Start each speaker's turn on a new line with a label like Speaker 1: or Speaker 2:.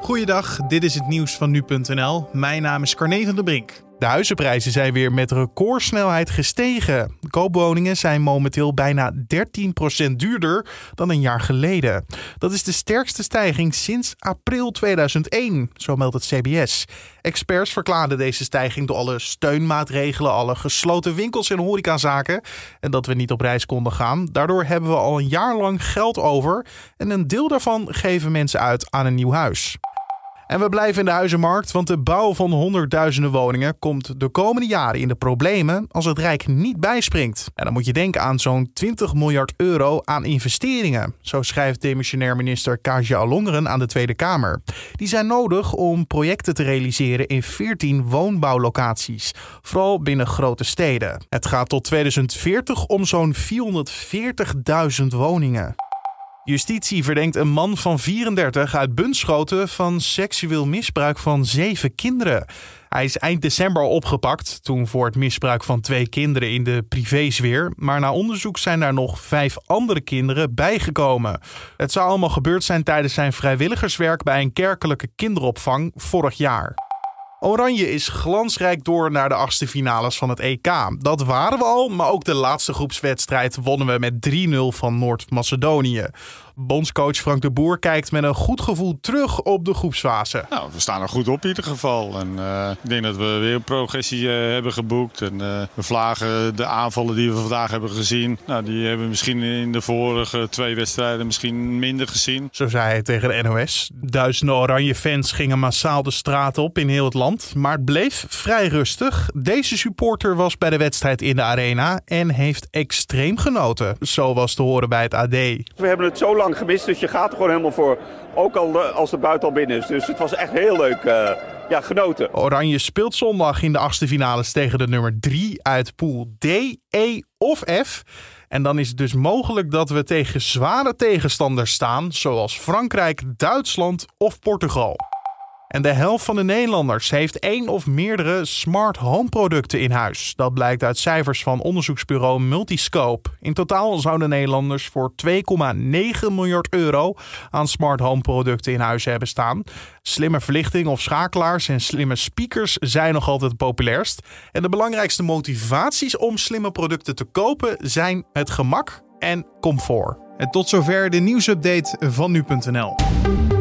Speaker 1: Goeiedag, dit is het nieuws van nu.nl. Mijn naam is Carne van der Brink. De huizenprijzen zijn weer met recordsnelheid gestegen. Koopwoningen zijn momenteel bijna 13% duurder dan een jaar geleden. Dat is de sterkste stijging sinds april 2001, zo meldt het CBS. Experts verklaarden deze stijging door alle steunmaatregelen, alle gesloten winkels en horecazaken en dat we niet op reis konden gaan. Daardoor hebben we al een jaar lang geld over en een deel daarvan geven mensen uit aan een nieuw huis. En we blijven in de huizenmarkt, want de bouw van honderdduizenden woningen komt de komende jaren in de problemen als het Rijk niet bijspringt. En dan moet je denken aan zo'n 20 miljard euro aan investeringen. Zo schrijft demissionair minister Kaja Ollongren aan de Tweede Kamer. Die zijn nodig om projecten te realiseren in 14 woonbouwlocaties, vooral binnen grote steden. Het gaat tot 2040 om zo'n 440.000 woningen. Justitie verdenkt een man van 34 uit Bunschoten van seksueel misbruik van 7 kinderen. Hij is eind december al opgepakt, toen voor het misbruik van 2 kinderen in de privésfeer. Maar na onderzoek zijn daar nog 5 andere kinderen bijgekomen. Het zou allemaal gebeurd zijn tijdens zijn vrijwilligerswerk bij een kerkelijke kinderopvang vorig jaar. Oranje is glansrijk door naar de achtste finales van het EK. Dat waren we al, maar ook de laatste groepswedstrijd wonnen we met 3-0 van Noord-Macedonië. Bondscoach Frank de Boer kijkt met een goed gevoel terug op de groepsfase.
Speaker 2: Nou, we staan er goed op in ieder geval. En ik denk dat we weer een progressie hebben geboekt. En we vlagen de aanvallen die we vandaag hebben gezien. Nou, die hebben we misschien in de vorige 2 wedstrijden misschien minder gezien.
Speaker 1: Zo zei hij tegen de NOS. Duizenden oranje fans gingen massaal de straat op in heel het land. Maar het bleef vrij rustig. Deze supporter was bij de wedstrijd in de arena en heeft extreem genoten. Zo was te horen bij het AD.
Speaker 3: We hebben het zo lang gemist, dus je gaat er gewoon helemaal voor. Ook al als de buiten al binnen is. Dus het was echt heel leuk. Genoten.
Speaker 1: Oranje speelt zondag in de achtste finales tegen de nummer 3 uit pool D, E of F. En dan is het dus mogelijk dat we tegen zware tegenstanders staan, zoals Frankrijk, Duitsland of Portugal. En de helft van de Nederlanders heeft 1 of meerdere smart home producten in huis. Dat blijkt uit cijfers van onderzoeksbureau Multiscope. In totaal zouden Nederlanders voor 2,9 miljard euro aan smart home producten in huis hebben staan. Slimme verlichting of schakelaars en slimme speakers zijn nog altijd het populairst. En de belangrijkste motivaties om slimme producten te kopen zijn het gemak en comfort. En tot zover de nieuwsupdate van nu.nl.